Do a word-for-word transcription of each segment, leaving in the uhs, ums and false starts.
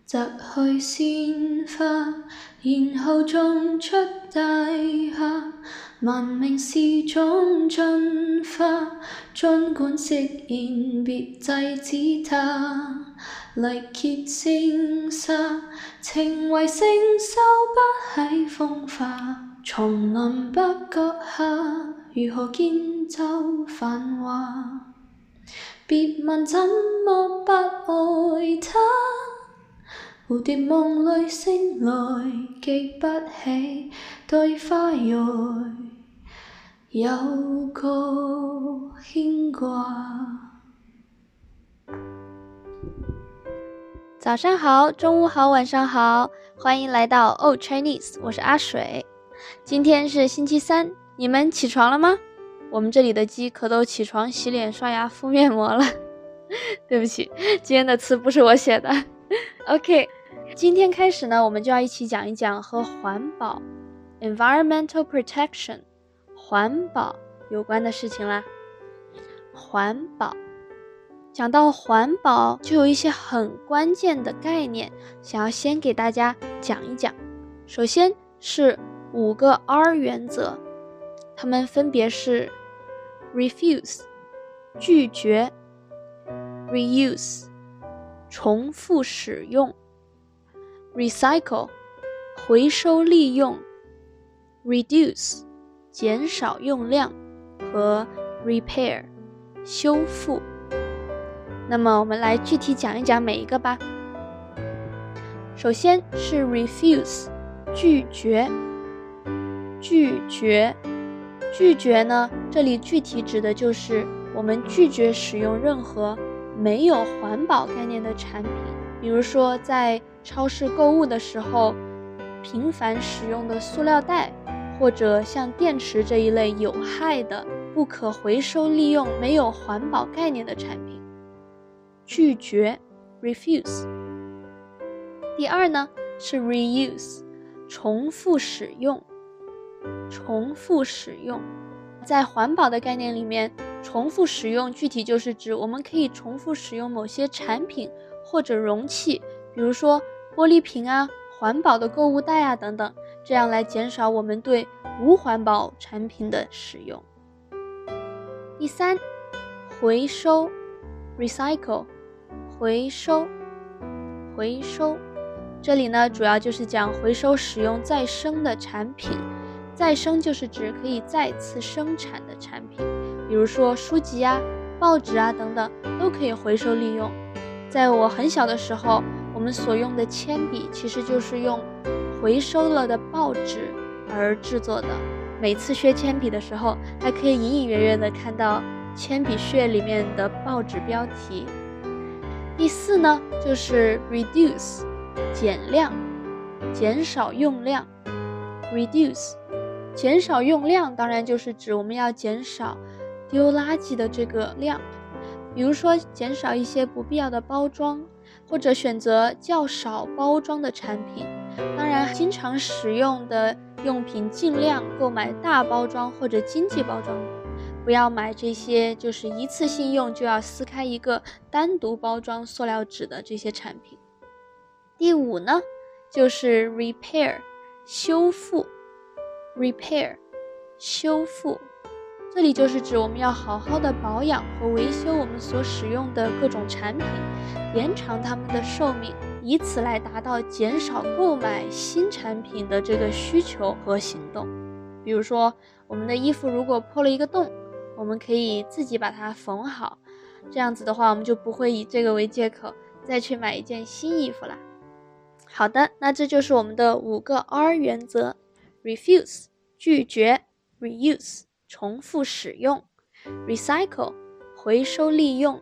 摘去鮮花，然後種出大廈，文明是種進化，儘管食言別制止它，力竭聲沙，情為承受不起風化，叢林不覺下，如何建就繁華？別問怎麼不愛他，蝴蝶夢裏醒來，記不起對花蕊有個牽掛。 早上好，中午好，晚上好，欢迎来到 Oh Chinese， 我是阿水。今天是星期三，你们起床了吗？我们这里的鸡可都起床洗脸刷牙敷面膜了。对不起，今天的词不是我写的。OK， 今天开始呢，我们就要一起讲一讲和环保 environmental protection 环保有关的事情啦。环保，讲到环保就有一些很关键的概念，想要先给大家讲一讲。首先是五个 R 原则，它们分别是 refuse 拒绝， reuse 重复使用， recycle 回收利用， reduce 减少用量和 repair 修复。那么我们来具体讲一讲每一个吧。首先是 refuse 拒绝，拒绝拒绝呢，这里具体指的就是我们拒绝使用任何没有环保概念的产品，比如说在超市购物的时候频繁使用的塑料袋，或者像电池这一类有害的不可回收利用没有环保概念的产品。拒绝 refuse。 第二呢是 reuse 重复使用，重复使用在环保的概念里面，重复使用具体就是指我们可以重复使用某些产品或者容器，比如说玻璃瓶啊、环保的购物袋啊等等，这样来减少我们对无环保产品的使用。第三，回收 recycle 回收回收这里呢主要就是讲回收使用再生的产品，再生就是指可以再次生产的产品，比如说书籍啊、报纸啊等等都可以回收利用。在我很小的时候，我们所用的铅笔其实就是用回收了的报纸而制作的，每次削铅笔的时候还可以隐隐约约的看到铅笔屑里面的报纸标题。第四呢就是 reduce 减量，减少用量。 reduce 减少用量当然就是指我们要减少丢垃圾的这个量，比如说减少一些不必要的包装，或者选择较少包装的产品。当然经常使用的用品尽量购买大包装或者经济包装，不要买这些就是一次性用就要撕开一个单独包装塑料纸的这些产品。第五呢就是 repair 修复， repair 修复这里就是指我们要好好的保养和维修我们所使用的各种产品，延长它们的寿命，以此来达到减少购买新产品的这个需求和行动。比如说我们的衣服如果破了一个洞，我们可以自己把它缝好，这样子的话我们就不会以这个为借口再去买一件新衣服啦。好的，那这就是我们的五个 R 原则， refuse 拒绝， reuse 重复使用， recycle 回收利用，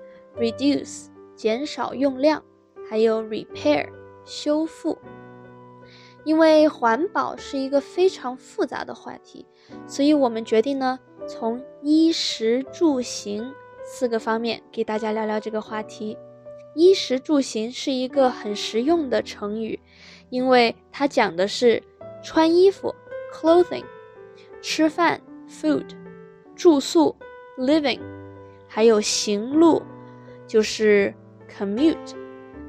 reduce 减少用量，还有 repair 修复。因为环保是一个非常复杂的话题，所以我们决定呢从衣食住行四个方面给大家聊聊这个话题。衣食住行是一个很实用的成语，因为它讲的是穿衣服 clothing， 吃饭 food， 住宿 living， 还有行路就是 commute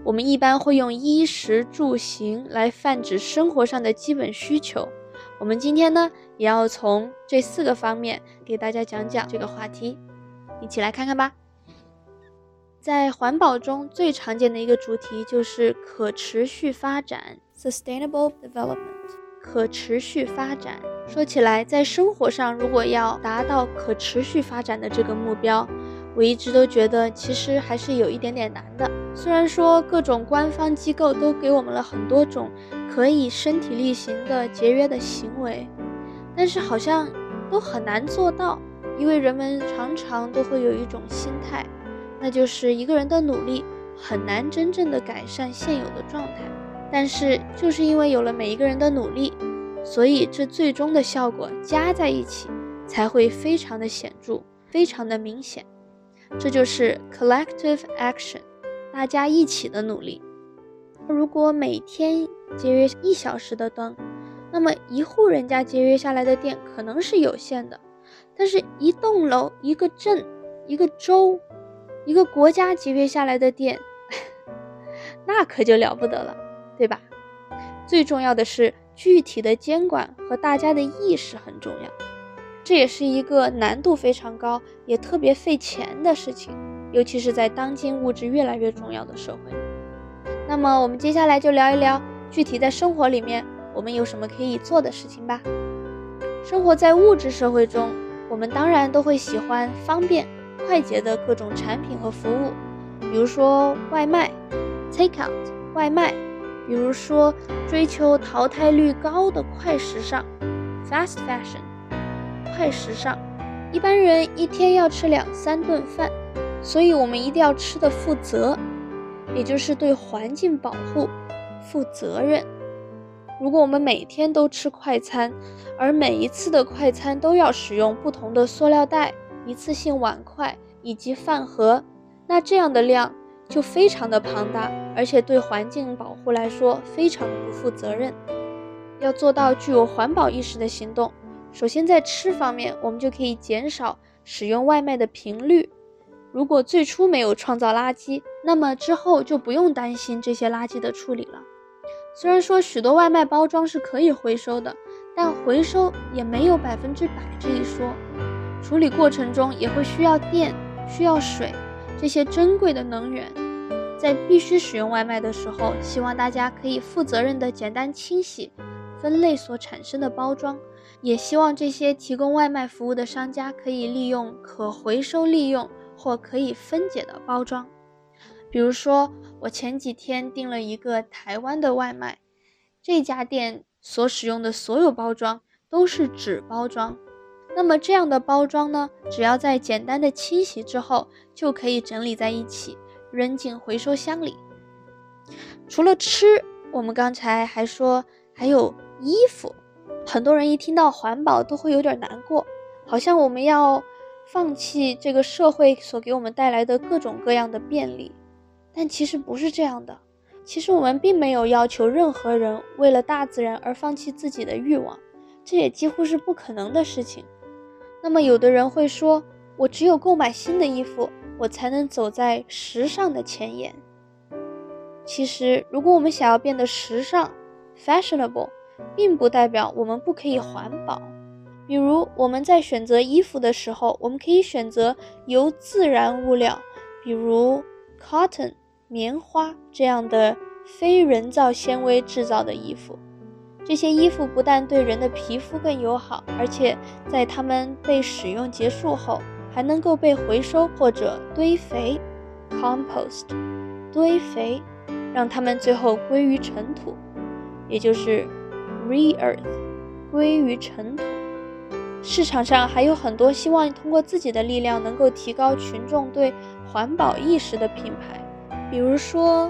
我们一般会用衣食住行来泛指生活上的基本需求。我们今天呢，也要从这四个方面给大家讲讲这个话题，一起来看看吧。在环保中最常见的一个主题就是可持续发展 Sustainable Development。 可持续发展说起来，在生活上如果要达到可持续发展的这个目标，我一直都觉得其实还是有一点点难的。虽然说各种官方机构都给我们了很多种可以身体力行的节约的行为，但是好像都很难做到，因为人们常常都会有一种心态，那就是一个人的努力很难真正的改善现有的状态。但是就是因为有了每一个人的努力，所以这最终的效果加在一起才会非常的显著，非常的明显。这就是 collective action， 大家一起的努力。如果每天节约一小时的灯，那么一户人家节约下来的电可能是有限的，但是一栋楼、一个镇、一个州、一个国家节约下来的电那可就了不得了，对吧？最重要的是具体的监管和大家的意识很重要，这也是一个难度非常高也特别费钱的事情，尤其是在当今物质越来越重要的社会。那么我们接下来就聊一聊具体在生活里面我们有什么可以做的事情吧。生活在物质社会中，我们当然都会喜欢方便快捷的各种产品和服务，比如说外卖 take out 外卖，比如说追求淘汰率高的快时尚 fast fashion 快时尚。一般人一天要吃两三顿饭，所以我们一定要吃得负责，也就是对环境保护负责任。如果我们每天都吃快餐，而每一次的快餐都要使用不同的塑料袋、一次性碗筷以及饭盒，那这样的量就非常的庞大，而且对环境保护来说非常的不负责任。要做到具有环保意识的行动，首先在吃方面，我们就可以减少使用外卖的频率。如果最初没有创造垃圾，那么之后就不用担心这些垃圾的处理了。虽然说许多外卖包装是可以回收的，但回收也没有百分之百这一说。处理过程中也会需要电、需要水，这些珍贵的能源。在必须使用外卖的时候，希望大家可以负责任地简单清洗、分类所产生的包装，也希望这些提供外卖服务的商家可以利用可回收利用或可以分解的包装。比如说，我前几天订了一个台湾的外卖，这家店所使用的所有包装都是纸包装。那么这样的包装呢，只要在简单的清洗之后，就可以整理在一起，扔进回收箱里。除了吃，我们刚才还说还有衣服。很多人一听到环保都会有点难过，好像我们要放弃这个社会所给我们带来的各种各样的便利。但其实不是这样的，其实我们并没有要求任何人为了大自然而放弃自己的欲望，这也几乎是不可能的事情。那么有的人会说，我只有购买新的衣服，我才能走在时尚的前沿。其实如果我们想要变得时尚 fashionable， 并不代表我们不可以环保。比如我们在选择衣服的时候，我们可以选择由自然物料，比如 cotton 棉花这样的非人造纤维制造的衣服。这些衣服不但对人的皮肤更友好，而且在它们被使用结束后还能够被回收或者堆肥 compost 堆肥，让它们最后归于尘土，也就是 re-earth 归于尘土。市场上还有很多希望通过自己的力量能够提高群众对环保意识的品牌，比如说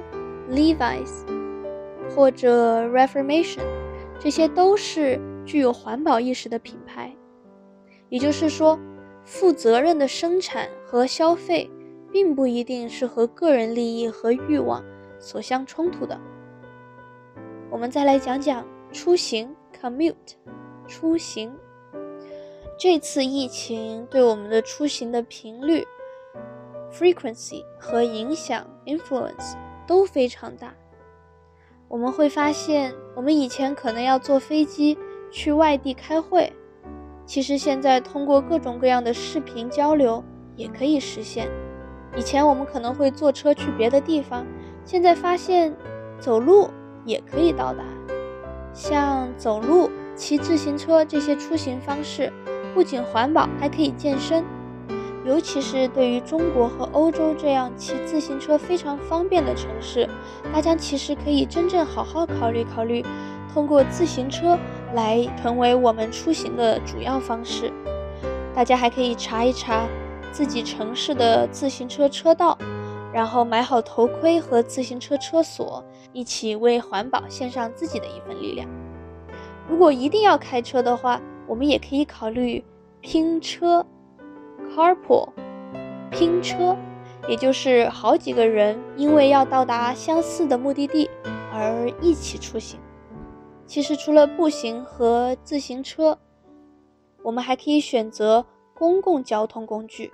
Levi's 或者 Reformation， 这些都是具有环保意识的品牌。也就是说，负责任的生产和消费并不一定是和个人利益和欲望所相冲突的。我们再来讲讲出行 commute 出行。这次疫情对我们的出行的频率 frequency 和影响 influence 都非常大。我们会发现，我们以前可能要坐飞机去外地开会，其实现在通过各种各样的视频交流也可以实现。以前我们可能会坐车去别的地方，现在发现走路也可以到达。像走路、骑自行车这些出行方式，不仅环保，还可以健身。尤其是对于中国和欧洲这样骑自行车非常方便的城市，大家其实可以真正好好考虑考虑，通过自行车来成为我们出行的主要方式。大家还可以查一查自己城市的自行车车道，然后买好头盔和自行车车锁，一起为环保献上自己的一份力量。如果一定要开车的话，我们也可以考虑拼车 carpool 拼车，也就是好几个人因为要到达相似的目的地而一起出行。其实除了步行和自行车，我们还可以选择公共交通工具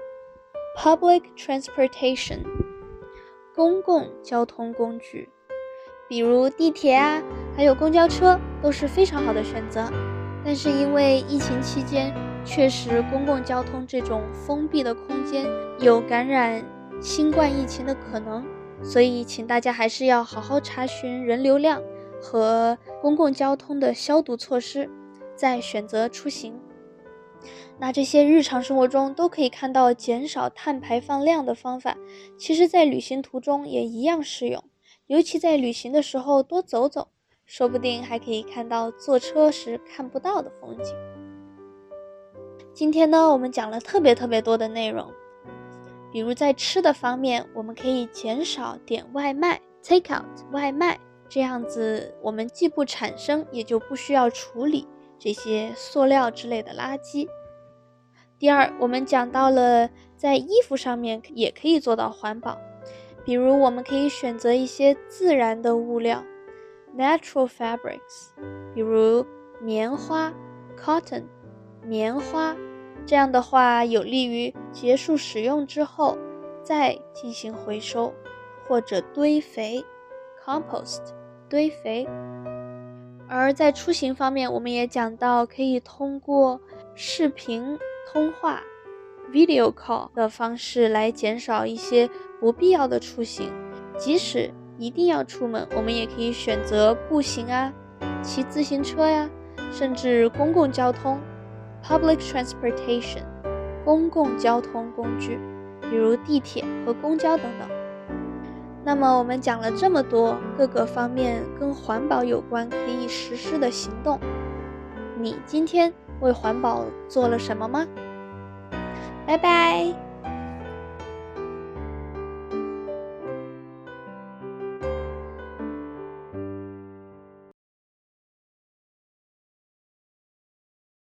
public transportation 公共交通工具，比如地铁啊，还有公交车都是非常好的选择。但是因为疫情期间，确实公共交通这种封闭的空间有感染新冠疫情的可能，所以请大家还是要好好查询人流量和公共交通的消毒措施，再选择出行。那这些日常生活中都可以看到减少碳排放量的方法，其实在旅行途中也一样适用。尤其在旅行的时候多走走，说不定还可以看到坐车时看不到的风景。今天呢，我们讲了特别特别多的内容，比如在吃的方面，我们可以减少点外卖 take out 外卖，这样子我们既不产生也就不需要处理这些塑料之类的垃圾。第二，我们讲到了在衣服上面也可以做到环保，比如我们可以选择一些自然的物料 natural fabrics， 比如棉花 cotton 棉花，这样的话有利于结束使用之后再进行回收，或者堆肥 compost 堆肥。而在出行方面，我们也讲到可以通过视频通话 video call 的方式来减少一些不必要的出行。即使一定要出门，我们也可以选择步行啊，骑自行车呀，甚至公共交通 public transportation 公共交通工具，比如地铁和公交等等。那么我们讲了这么多各个方面跟环保有关可以实施的行动，你今天为环保做了什么吗？拜拜。